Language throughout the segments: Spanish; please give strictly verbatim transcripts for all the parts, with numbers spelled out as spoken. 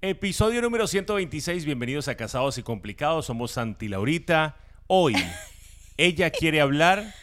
Episodio número ciento veintiséis, bienvenidos a Casados y Complicados, somos Santi y Laurita. Hoy, ella quiere hablar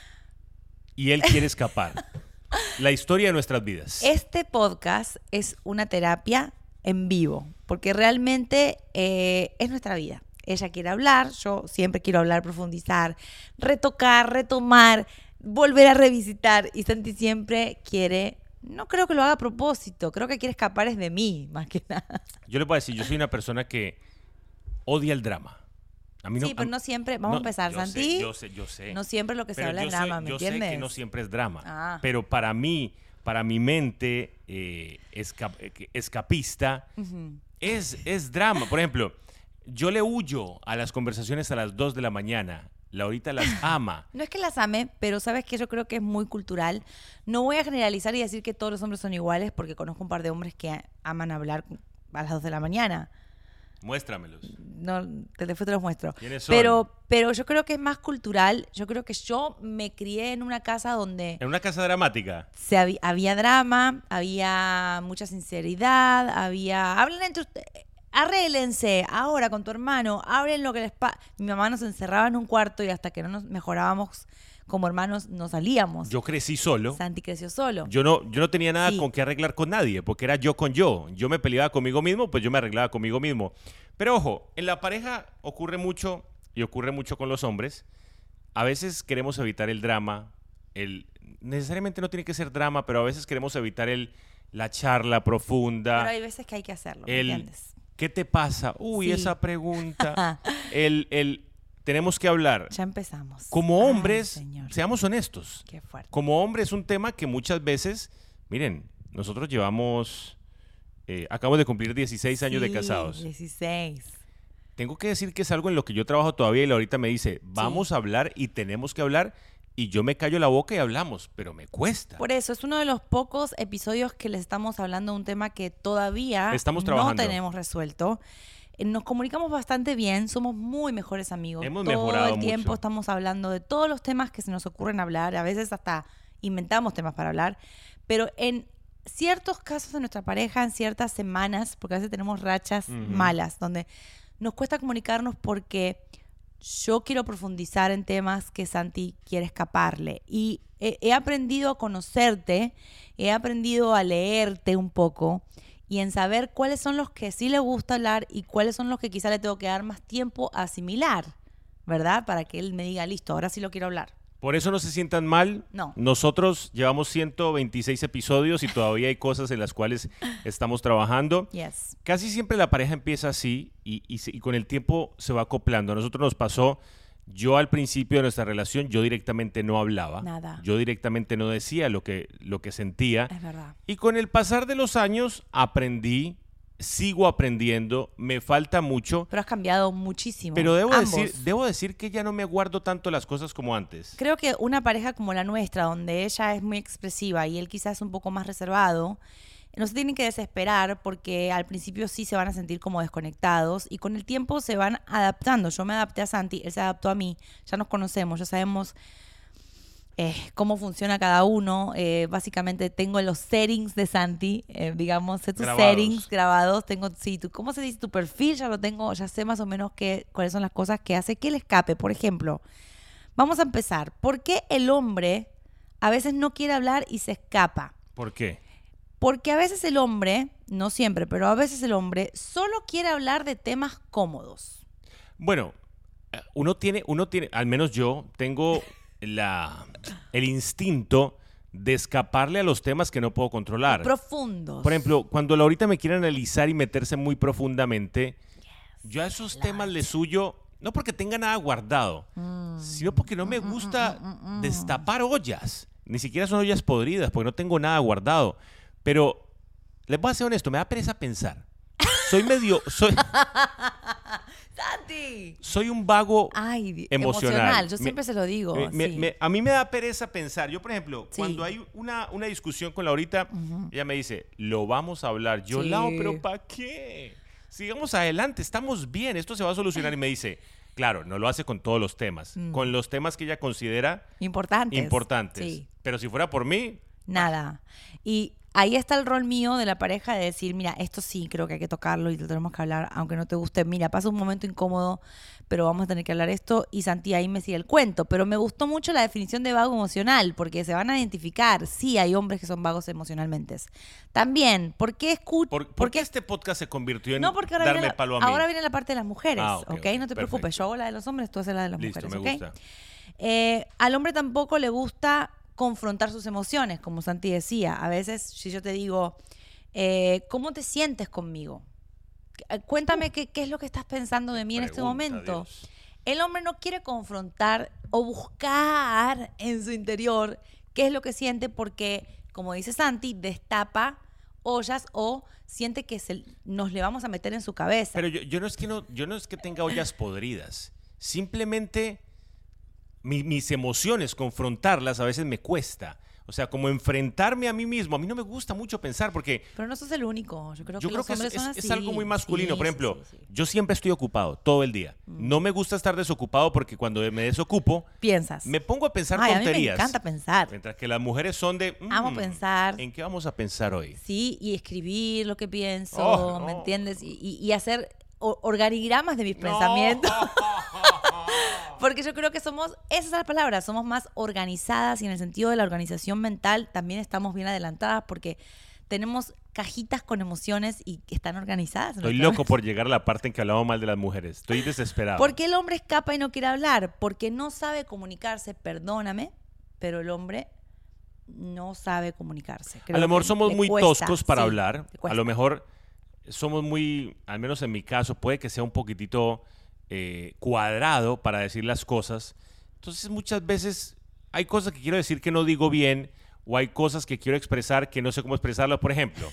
y él quiere escapar. La historia de nuestras vidas. Este podcast es una terapia en vivo, porque realmente eh, es nuestra vida. Ella quiere hablar, yo siempre quiero hablar, profundizar, retocar, retomar, volver a revisitar. Y Santi siempre quiere... No creo que lo haga a propósito, creo que quiere escapar es de mí, más que nada. Yo le puedo decir, yo soy una persona que odia el drama. A mí no, sí, pero a, no siempre, vamos no, a empezar, yo Santi. Sé, yo sé, yo sé. No siempre lo que pero se habla es drama, sé, ¿me yo entiendes? Yo sé que no siempre es drama, ah. pero para mí, para mi mente eh, escap escapista, uh-huh. es, es drama. Por ejemplo, yo le huyo a las conversaciones a las dos de la mañana. Laurita las ama. No es que las ame, pero sabes que yo creo que es muy cultural. No voy a generalizar y decir que todos los hombres son iguales, porque conozco un par de hombres que aman hablar a las dos de la mañana. Muéstramelos. No, después te los muestro. ¿Quiénes son? Pero, pero yo creo que es más cultural. Yo creo que yo me crié en una casa donde... ¿En una casa dramática? Se había, había drama, había mucha sinceridad, había... Hablan entre ustedes... Arréglense ahora con tu hermano, hablen lo que les pasa. Mi mamá nos encerraba en un cuarto y hasta que no nos mejorábamos como hermanos no salíamos. Yo crecí solo. Santi creció solo. Yo no, yo no tenía nada sí. con qué arreglar con nadie, porque era yo con yo. Yo me peleaba conmigo mismo, pues yo me arreglaba conmigo mismo. Pero ojo, en la pareja ocurre mucho, y ocurre mucho con los hombres. A veces queremos evitar el drama. El, necesariamente no tiene que ser drama, pero a veces queremos evitar el, la charla profunda. Pero hay veces que hay que hacerlo, ¿me el, entiendes? ¿Qué te pasa? Uy, sí. esa pregunta. el, el, tenemos que hablar. Ya empezamos. Como hombres, Ay, seamos honestos. Qué fuerte. Como hombres es un tema que muchas veces, miren, nosotros llevamos, eh, acabamos de cumplir dieciséis años sí, de casados. dieciséis. Tengo que decir que es algo en lo que yo trabajo todavía y Laurita me dice, vamos sí. a hablar y tenemos que hablar. Y yo me callo la boca y hablamos, pero me cuesta. Por eso, es uno de los pocos episodios que les estamos hablando de un tema que todavía estamos no tenemos resuelto. Nos comunicamos bastante bien, somos muy mejores amigos. Hemos Todo mejorado el tiempo mucho. Estamos hablando de todos los temas que se nos ocurren hablar. A veces hasta inventamos temas para hablar. Pero en ciertos casos de nuestra pareja, en ciertas semanas, porque a veces tenemos rachas uh-huh. malas, donde nos cuesta comunicarnos porque... Yo quiero profundizar en temas que Santi quiere escaparle. Y he, he aprendido a conocerte, he aprendido a leerte un poco y en saber cuáles son los que sí le gusta hablar y cuáles son los que quizá le tengo que dar más tiempo a asimilar, ¿verdad? Para que él me diga, listo, ahora sí lo quiero hablar. Por eso no se sientan mal. No. Nosotros llevamos ciento veintiséis episodios y todavía hay cosas en las cuales estamos trabajando. Yes. Casi siempre la pareja empieza así y, y, y con el tiempo se va acoplando. A nosotros nos pasó, yo al principio de nuestra relación, yo directamente no hablaba. Nada. Yo directamente no decía lo que, lo que sentía. Es verdad. Y con el pasar de los años aprendí. Sigo aprendiendo, me falta mucho. Pero has cambiado muchísimo. Pero debo ambos. decir, debo decir que ya no me guardo tanto las cosas como antes. Creo que una pareja como la nuestra, donde ella es muy expresiva y él quizás es un poco más reservado, no se tienen que desesperar porque al principio sí se van a sentir como desconectados y con el tiempo se van adaptando. Yo me adapté a Santi, él se adaptó a mí, ya nos conocemos, ya sabemos... Eh, cómo funciona cada uno. Eh, básicamente tengo los settings de Santi, eh, digamos, sé tus grabados. settings grabados. Tengo, sí, tu, ¿cómo se dice? Tu perfil ya lo tengo, ya sé más o menos qué, cuáles son las cosas que hace que él escape. Por ejemplo, vamos a empezar. ¿Por qué el hombre a veces no quiere hablar y se escapa? ¿Por qué? Porque a veces el hombre, no siempre, pero a veces el hombre solo quiere hablar de temas cómodos. Bueno, uno tiene, uno tiene, al menos yo, tengo... La, el instinto de escaparle a los temas que no puedo controlar. Profundos. Por ejemplo, cuando Laurita me quiere analizar y meterse muy profundamente, yes, yo a esos Lord. temas le suyo, no porque tenga nada guardado, mm. sino porque no me gusta mm, mm, mm, mm. destapar ollas. Ni siquiera son ollas podridas, porque no tengo nada guardado. Pero, les voy a ser honesto, me da pereza pensar. Soy medio... Soy, Santi. Soy un vago Ay, emocional. emocional. Yo me, siempre se lo digo. Me, sí. me, me, a mí me da pereza pensar. Yo, por ejemplo, sí. cuando hay una, una discusión con Laurita, uh-huh. ella me dice, lo vamos a hablar. Yo, sí. Lau, ¿pero para qué? Sigamos adelante, estamos bien, esto se va a solucionar. Y me dice, claro, no lo hace con todos los temas. Mm. Con los temas que ella considera importantes. Importantes. Sí. Pero si fuera por mí... Nada. Y ahí está el rol mío de la pareja de decir, mira, esto sí creo que hay que tocarlo y lo tenemos que hablar, aunque no te guste. Mira, pasa un momento incómodo, pero vamos a tener que hablar esto. Y Santi ahí me sigue el cuento. Pero me gustó mucho la definición de vago emocional, porque se van a identificar. Sí, hay hombres que son vagos emocionalmente. También, ¿por qué escucho? ¿Por, ¿por qué este podcast se convirtió en no, porque ahora darme viene la, palo a mí? Ahora viene la parte de las mujeres, Ah, ¿ok? ok, okay? No te perfecto. preocupes, yo hago la de los hombres, tú haces la de las Listo, mujeres, me ¿ok? gusta. Eh, al hombre tampoco le gusta confrontar sus emociones, como Santi decía. A veces, si yo te digo, eh, ¿cómo te sientes conmigo? Cuéntame qué, qué es lo que estás pensando de mí en este Pregunta, momento. Dios. El hombre no quiere confrontar o buscar en su interior qué es lo que siente porque, como dice Santi, destapa ollas o siente que se, nos le vamos a meter en su cabeza. Pero yo, yo, no es que no, yo no es que tenga ollas podridas. Simplemente mi, mis emociones, confrontarlas a veces me cuesta. O sea, como enfrentarme a mí mismo. A mí no me gusta mucho pensar porque... Pero no sos el único. Yo creo Yo que creo los que es, hombres son es- es así. algo muy masculino. Sí, Por sí, ejemplo, sí, sí. yo siempre estoy ocupado todo el día. No me gusta estar desocupado porque cuando me desocupo Piensas. me pongo a pensar Ay, a mí tonterías. me encanta pensar. Mientras que las mujeres son de... mm, Amo pensar. ¿En qué vamos a pensar hoy? Sí, y escribir lo que pienso, Oh, ¿me no. entiendes? Y, y- y hacer o- organigramas de mis No. pensamientos. Porque yo creo que somos, esa es la palabra, somos más organizadas y en el sentido de la organización mental también estamos bien adelantadas porque tenemos cajitas con emociones y que están organizadas. en Estoy nuestra loco por llegar a la parte en que hablamos mal de las mujeres. Estoy desesperado. ¿Por qué el hombre escapa y no quiere hablar? Porque no sabe comunicarse, perdóname, pero el hombre no sabe comunicarse. Creo a lo mejor que somos le muy cuesta, toscos para sí, hablar. le A cuesta. lo mejor somos muy, al menos en mi caso, puede que sea un poquitito eh, cuadrado para decir las cosas. Entonces muchas veces hay cosas que quiero decir que no digo bien o hay cosas que quiero expresar que no sé cómo expresarlas. Por ejemplo,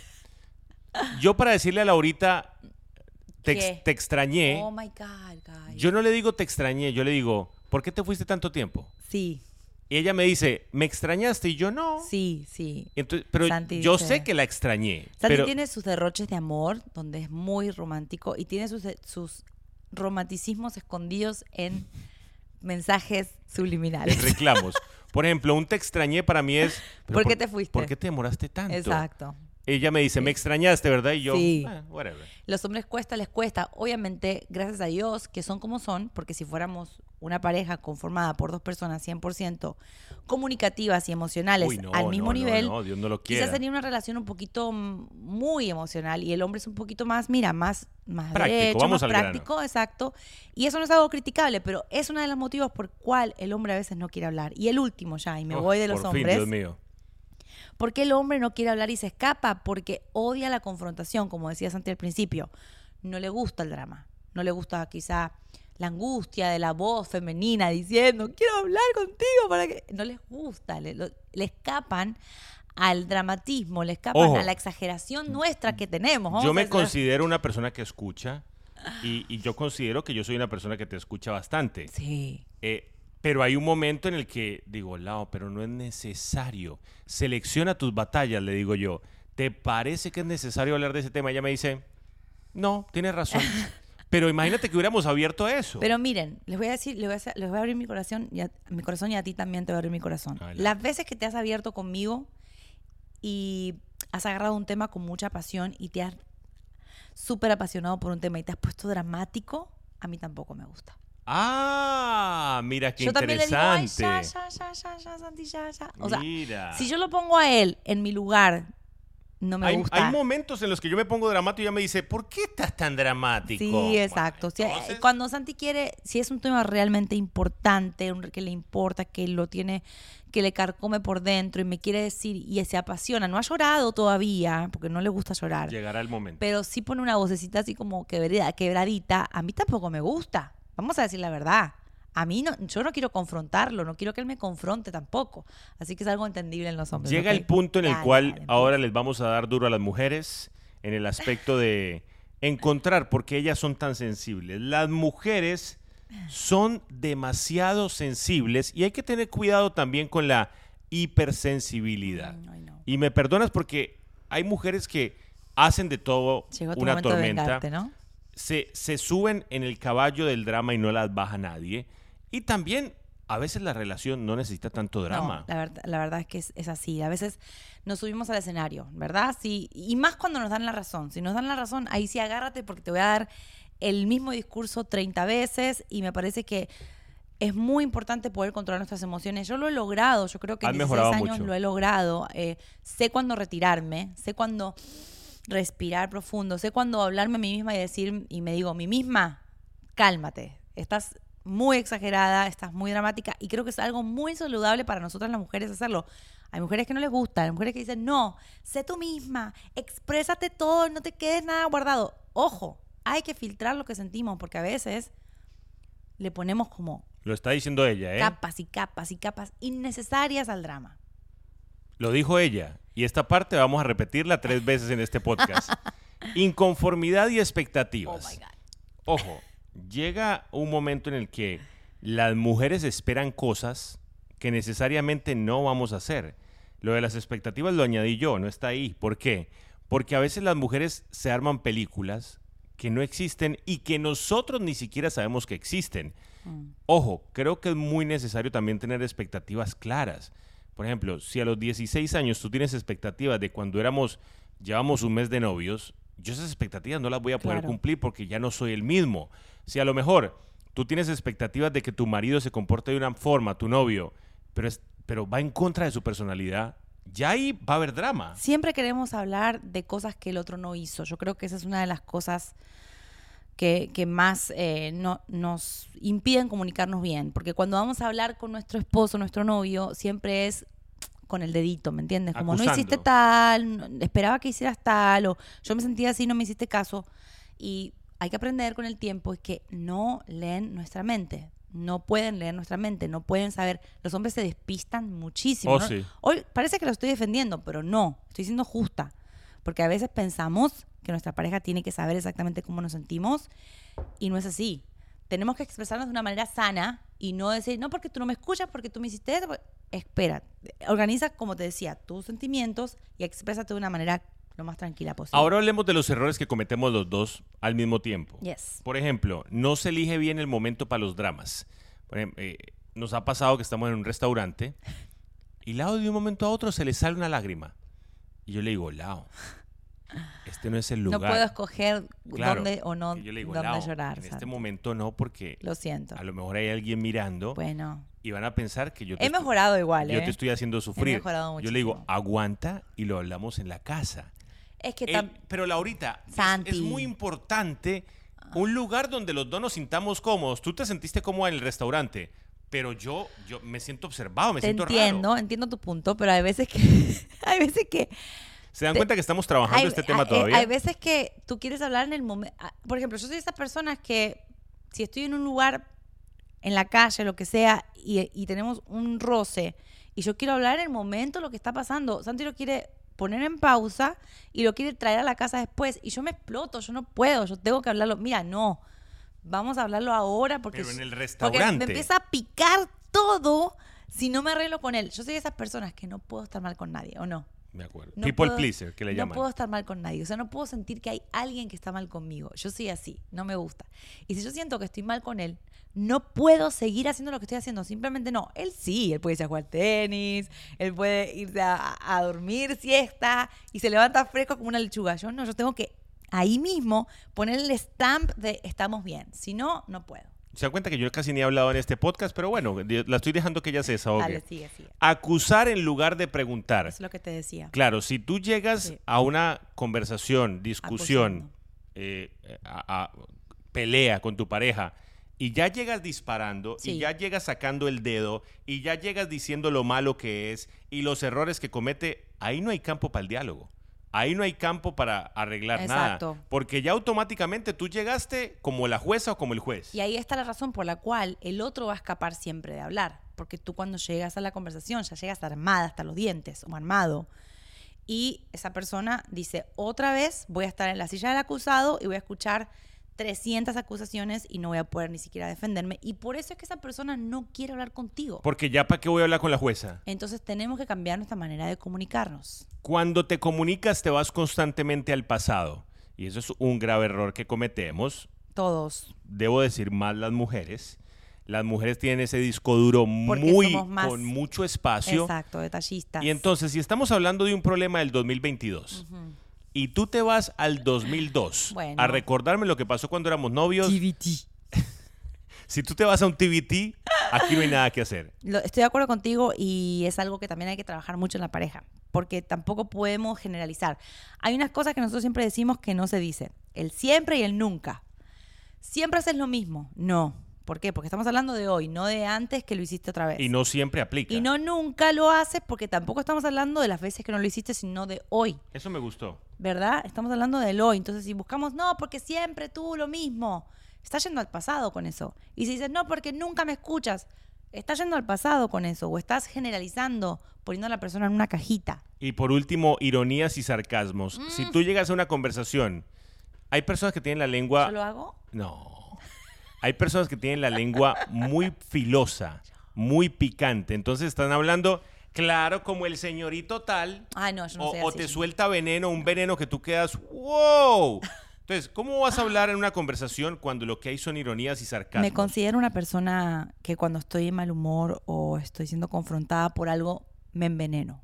yo para decirle a Laurita, te, ex- ¿Qué? te extrañé, Oh my God, guys. yo no le digo te extrañé, yo le digo, ¿por qué te fuiste tanto tiempo? Sí, Y ella me dice, ¿me extrañaste? Y yo no. sí, sí. Entonces, pero Santi yo dice- sé que la extrañé. Santi pero tiene sus derroches de amor, donde es muy romántico, y tiene sus, sus romanticismos escondidos en mensajes subliminales. en reclamos. Por ejemplo, un te extrañé para mí es... ¿pero ¿Por qué te fuiste? ¿Por qué te demoraste tanto? Exacto. Ella me dice, me extrañaste, ¿verdad? Y yo, Sí. "Ah, whatever". Los hombres cuesta, les cuesta. Obviamente, gracias a Dios, que son como son, porque si fuéramos una pareja conformada por dos personas cien por ciento comunicativas y emocionales Uy, no, al mismo no, no, nivel, no, Dios no lo quizás quiera. sería una relación un poquito mm, muy emocional y el hombre es un poquito más, mira, más, más Práctico, derecho, vamos más al grano. práctico, exacto. Y eso no es algo criticable, pero es uno de los motivos por cual el hombre a veces no quiere hablar. Y el último ya, y me Oh, voy de los por fin, hombres. Dios mío. ¿Por qué el hombre no quiere hablar y se escapa? Porque odia la confrontación, como decía Santi al principio. No le gusta el drama. No le gusta quizá la angustia de la voz femenina diciendo, quiero hablar contigo para que... No les gusta, le, lo- le escapan al dramatismo, le escapan Ojo. a la exageración nuestra que tenemos. Vamos Yo a me decir- considero una persona que escucha y, y yo considero que yo soy una persona que te escucha bastante. Sí. Eh, pero hay un momento en el que digo, Lau, pero no es necesario. Selecciona tus batallas, le digo yo. ¿Te parece que es necesario hablar de ese tema? Ella me dice, no, tienes razón. Pero imagínate que hubiéramos abierto eso. Pero miren, les voy a decir, les voy a, hacer- les voy a abrir mi corazón, y a, mi corazón y a ti también te voy a abrir mi corazón. Adelante. Las veces que te has abierto conmigo y has agarrado un tema con mucha pasión y te has súper apasionado por un tema y te has puesto dramático, a mí tampoco me gusta. Ah, mira qué yo también le digo, ay, interesante. ya, ya, ya, ya, ya, Santi, ya, ya. O sea, Mira. si yo lo pongo a él en mi lugar, no me hay, gusta. hay momentos en los que yo me pongo dramático y ella me dice, ¿por qué estás tan dramático? Sí, exacto. Bueno, O sea, entonces- cuando Santi quiere, si es un tema realmente importante, un- que le importa, que lo tiene, que le carcome por dentro y me quiere decir y se apasiona, no ha llorado todavía, porque no le gusta llorar, Llegará el momento. pero sí pone una vocecita así como quebrada- quebradita, a mí tampoco me gusta. Vamos a decir la verdad. A mí no, yo no quiero confrontarlo, no quiero que él me confronte tampoco. Así que es algo entendible en los hombres. Llega ¿ok? el punto en el Dale, cual dale, ahora les vamos a dar duro a las mujeres en el aspecto de encontrar por qué ellas son tan sensibles. Las mujeres son demasiado sensibles y hay que tener cuidado también con la hipersensibilidad. Mm, ay, no. Y me perdonas porque hay mujeres que hacen de todo Llegó tu una momento de tormenta. vengarte, ¿no? Se, se suben en el caballo del drama y no las baja nadie. Y también a veces la relación no necesita tanto drama. No, la, verdad, la verdad es que es, es así. A veces nos subimos al escenario, ¿verdad? Sí, y más cuando nos dan la razón. Si nos dan la razón, ahí sí agárrate porque te voy a dar el mismo discurso treinta veces y me parece que es muy importante poder controlar nuestras emociones. Yo lo he logrado, yo creo que en dieciséis años mucho. Lo he logrado. Eh, sé cuándo retirarme, sé cuándo respirar profundo, sé cuándo hablarme a mí misma y decir, y me digo, mi misma, cálmate, estás muy exagerada, estás muy dramática y creo que es algo muy saludable para nosotras las mujeres hacerlo. Hay mujeres que no les gusta, hay mujeres que dicen, no, sé tú misma, exprésate todo, no te quedes nada guardado. Ojo, hay que filtrar lo que sentimos porque a veces le ponemos como... Lo está diciendo ella, ¿eh? Capas y capas y capas innecesarias al drama. Lo dijo ella. Y esta parte vamos a repetirla tres veces en este podcast. Inconformidad y expectativas. Oh my God. Ojo, llega un momento en el que las mujeres esperan cosas que necesariamente no vamos a hacer. Lo de las expectativas lo añadí yo, no está ahí. ¿Por qué? Porque a veces las mujeres se arman películas que no existen y que nosotros ni siquiera sabemos que existen. Mm. Ojo, creo que es muy necesario también tener expectativas claras. Por ejemplo, si a los dieciséis años tú tienes expectativas de cuando éramos, llevamos un mes de novios, yo esas expectativas no las voy a poder claro. cumplir porque ya no soy el mismo. Si a lo mejor tú tienes expectativas de que tu marido se comporte de una forma, tu novio, pero, es, pero va en contra de su personalidad, ya ahí va a haber drama. Siempre queremos hablar de cosas que el otro no hizo. Yo creo que esa es una de las cosas que, que más eh, no, nos impiden comunicarnos bien. Porque cuando vamos a hablar con nuestro esposo, nuestro novio, siempre es con el dedito, ¿me entiendes? Como Acusando. no hiciste tal, esperaba que hicieras tal, o yo me sentía así, no me hiciste caso. Y hay que aprender con el tiempo es que no leen nuestra mente. No pueden leer nuestra mente, no pueden saber. Los hombres se despistan muchísimo. Oh, ¿no? sí. Hoy parece que lo estoy defendiendo, pero no, estoy siendo justa. Porque a veces pensamos que nuestra pareja tiene que saber exactamente cómo nos sentimos y no es así. Tenemos que expresarnos de una manera sana y no decir, no, porque tú no me escuchas, porque tú me hiciste eso. Espera, organiza, como te decía, tus sentimientos y exprésate de una manera lo más tranquila posible. Ahora hablemos de los errores que cometemos los dos al mismo tiempo. Yes. Por ejemplo, no se elige bien el momento para los dramas. Por ejemplo, eh, nos ha pasado que estamos en un restaurante y Lao de un momento a otro se le sale una lágrima. Y yo le digo, Lao, este no es el lugar. No puedo escoger claro, dónde o no yo le digo, dónde Lao, llorar. En Santi. este momento no, porque lo siento. A lo mejor hay alguien mirando. Bueno. Y van a pensar que yo te He estoy, mejorado igual, yo ¿eh? te estoy haciendo sufrir. He mejorado muchísimo. Yo le digo, aguanta y lo hablamos en la casa. Es que El, pero Laurita, es, es muy importante un lugar donde los dos nos sintamos cómodos. Tú te sentiste cómoda en el restaurante, pero yo, yo me siento observado, me te siento entiendo, raro. entiendo tu punto, pero hay veces que hay veces que ¿Se dan te, cuenta que estamos trabajando hay, este tema hay, todavía? Hay veces que tú quieres hablar en el momento. Por ejemplo, yo soy de esas personas que si estoy en un lugar, en la calle, lo que sea, y, y tenemos un roce, y yo quiero hablar en el momento lo que está pasando, Santi lo quiere poner en pausa y lo quiere traer a la casa después, y yo me exploto, yo no puedo, yo tengo que hablarlo. Mira, no, vamos a hablarlo ahora porque, pero en el porque restaurante. me empieza a picar todo si no me arreglo con él. Yo soy de esas personas que no puedo estar mal con nadie, ¿o no? Me acuerdo. No People puedo, pleaser, que le no llaman. No puedo estar mal con nadie. O sea, no puedo sentir que hay alguien que está mal conmigo. Yo soy así, no me gusta. Y si yo siento que estoy mal con él, no puedo seguir haciendo lo que estoy haciendo. Simplemente no. Él sí, él puede irse a jugar tenis, él puede irse a, a dormir siesta y se levanta fresco como una lechuga. Yo no, yo tengo que ahí mismo poner el stamp de estamos bien. Si no, no puedo. Se dan cuenta que yo casi ni he hablado en este podcast, pero bueno, la estoy dejando que ella se desahogue. Dale, sigue, sigue. Acusar en lugar de preguntar. Eso es lo que te decía. Claro, si tú llegas Sí. a una conversación, discusión, eh, a, a pelea con tu pareja y ya llegas disparando Sí. y ya llegas sacando el dedo y ya llegas diciendo lo malo que es y los errores que comete, ahí no hay campo para el diálogo. Ahí no hay campo para arreglar Exacto. nada. Porque ya automáticamente tú llegaste como la jueza o como el juez. Y ahí está la razón por la cual el otro va a escapar siempre de hablar. Porque tú cuando llegas a la conversación ya llegas armada hasta los dientes o armado. Y esa persona dice, otra vez voy a estar en la silla del acusado y voy a escuchar trescientas acusaciones y no voy a poder ni siquiera defenderme. Y por eso es que esa persona no quiere hablar contigo. Porque ya para qué voy a hablar con la jueza. Entonces tenemos que cambiar nuestra manera de comunicarnos. Cuando te comunicas te vas constantemente al pasado. Y eso es un grave error que cometemos. Todos. Debo decir más las mujeres. Las mujeres tienen ese disco duro Porque muy somos más- con mucho espacio. Exacto, detallistas. Y entonces, si estamos hablando de un problema del dos mil veintidós Ujú. y tú te vas al dos mil dos Bueno. a recordarme lo que pasó cuando éramos novios, T V T. si tú te vas a un T V T, aquí no hay nada que hacer. Lo- estoy de acuerdo contigo y es algo que también hay que trabajar mucho en la pareja, porque tampoco podemos generalizar. Hay unas cosas que nosotros siempre decimos que no se dicen. El siempre y el nunca. ¿Siempre haces lo mismo? No. ¿Por qué? Porque estamos hablando de hoy, no de antes que lo hiciste otra vez. Y no siempre aplica. Y no nunca lo haces porque tampoco estamos hablando de las veces que no lo hiciste, sino de hoy. Eso me gustó. ¿Verdad? Estamos hablando del hoy. Entonces, si buscamos, no, porque siempre tú lo mismo, estás yendo al pasado con eso. Y si dices, no, porque nunca me escuchas, estás yendo al pasado con eso. O estás generalizando, poniendo a la persona en una cajita. Y por último, ironías y sarcasmos. Mm. Si tú llegas a una conversación, hay personas que tienen la lengua... ¿Yo lo hago? No. Hay personas que tienen la lengua muy filosa, muy picante. Entonces están hablando, claro, como el señorito tal. Ay, no, yo no o, soy o así. te suelta veneno, un veneno que tú quedas, wow. Entonces, ¿cómo vas a hablar en una conversación cuando lo que hay son ironías y sarcasmos? Me considero una persona que cuando estoy en mal humor o estoy siendo confrontada por algo, me enveneno.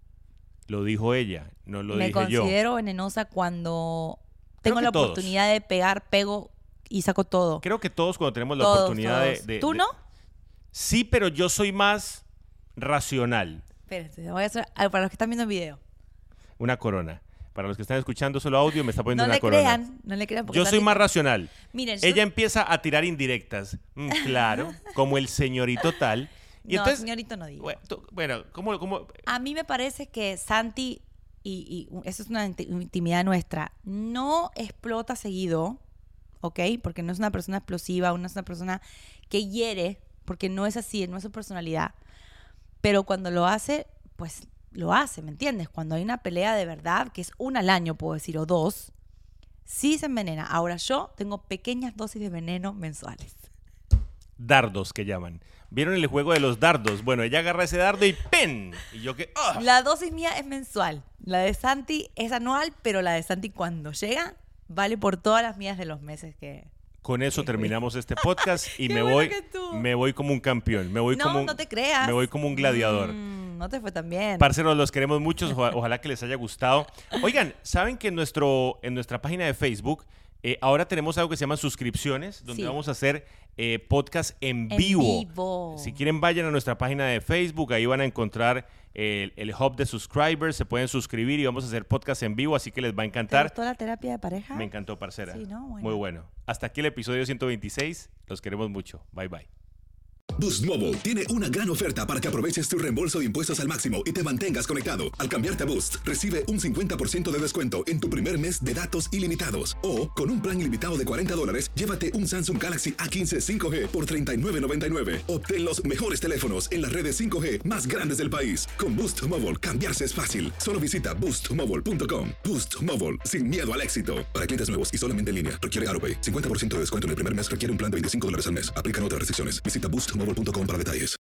Lo dijo ella, no lo me dije yo. considero venenosa cuando Creo tengo que la todos. oportunidad de pegar, pego y saco todo. Creo que todos cuando tenemos la Todos, oportunidad de, todos. de- ¿Tú de- no? Sí, pero yo soy más racional. Espérense, voy a hacer algo para los que están viendo el video. Una corona. Para los que están escuchando solo audio, me está poniendo No una le corona. crean, no le crean. porque Yo soy Santi- más racional. Miren, yo- Ella empieza a tirar indirectas. Mm, claro, como el señorito tal. Y no, entonces, señorito, no digo. bueno, tú- bueno, ¿cómo, cómo? A mí me parece que Santi, y, y eso es una inti- intimidad nuestra, no explota seguido, ¿ok? Porque no es una persona explosiva, no es una persona que hiere, porque no es así, no es su personalidad. Pero cuando lo hace, pues lo hace, ¿me entiendes? Cuando hay una pelea de verdad, que es una al año, puedo decir, o dos, sí se envenena. Ahora yo tengo pequeñas dosis de veneno mensuales. Dardos que llaman. ¿Vieron el juego de los dardos? Bueno, ella agarra ese dardo y ¡pen! Y yo que... ¡ah! La dosis mía es mensual. La de Santi es anual, pero la de Santi cuando llega vale por todas las mías de los meses que... Con eso terminamos este podcast y Qué me bueno voy que estuvo. me voy como un campeón. Me voy No, como un, no te creas. Me voy como un gladiador. Mm, no te fue tan bien. Parceros, los queremos mucho. Oja- Ojalá que les haya gustado. Oigan, ¿saben que en, nuestro, en nuestra página de Facebook eh, ahora tenemos algo que se llama suscripciones? Donde Sí. vamos a hacer eh, podcast en En vivo. vivo. Si quieren, vayan a nuestra página de Facebook. Ahí van a encontrar el, el hub de subscribers. Se pueden suscribir y vamos a hacer podcast en vivo. Así que les va a ¿Te encantar. gustó la terapia de pareja? Me encantó, parcera. Sí, ¿no? Bueno. Muy bueno. Hasta aquí el episodio ciento veintiséis. Los queremos mucho. Bye, bye. Boost Mobile tiene una gran oferta para que aproveches tu reembolso de impuestos al máximo y te mantengas conectado. Al cambiarte a Boost, recibe un cincuenta por ciento de descuento en tu primer mes de datos ilimitados. O, con un plan ilimitado de cuarenta dólares, llévate un Samsung Galaxy A quince cinco G por treinta y nueve noventa y nueve. Obtén los mejores teléfonos en las redes cinco G más grandes del país. Con Boost Mobile, cambiarse es fácil. Solo visita boost mobile punto com. Boost Mobile, sin miedo al éxito. Para clientes nuevos y solamente en línea, requiere AutoPay. cincuenta por ciento de descuento en el primer mes requiere un plan de veinticinco dólares al mes. Aplican otras restricciones. Visita boost mobile punto com para detalles.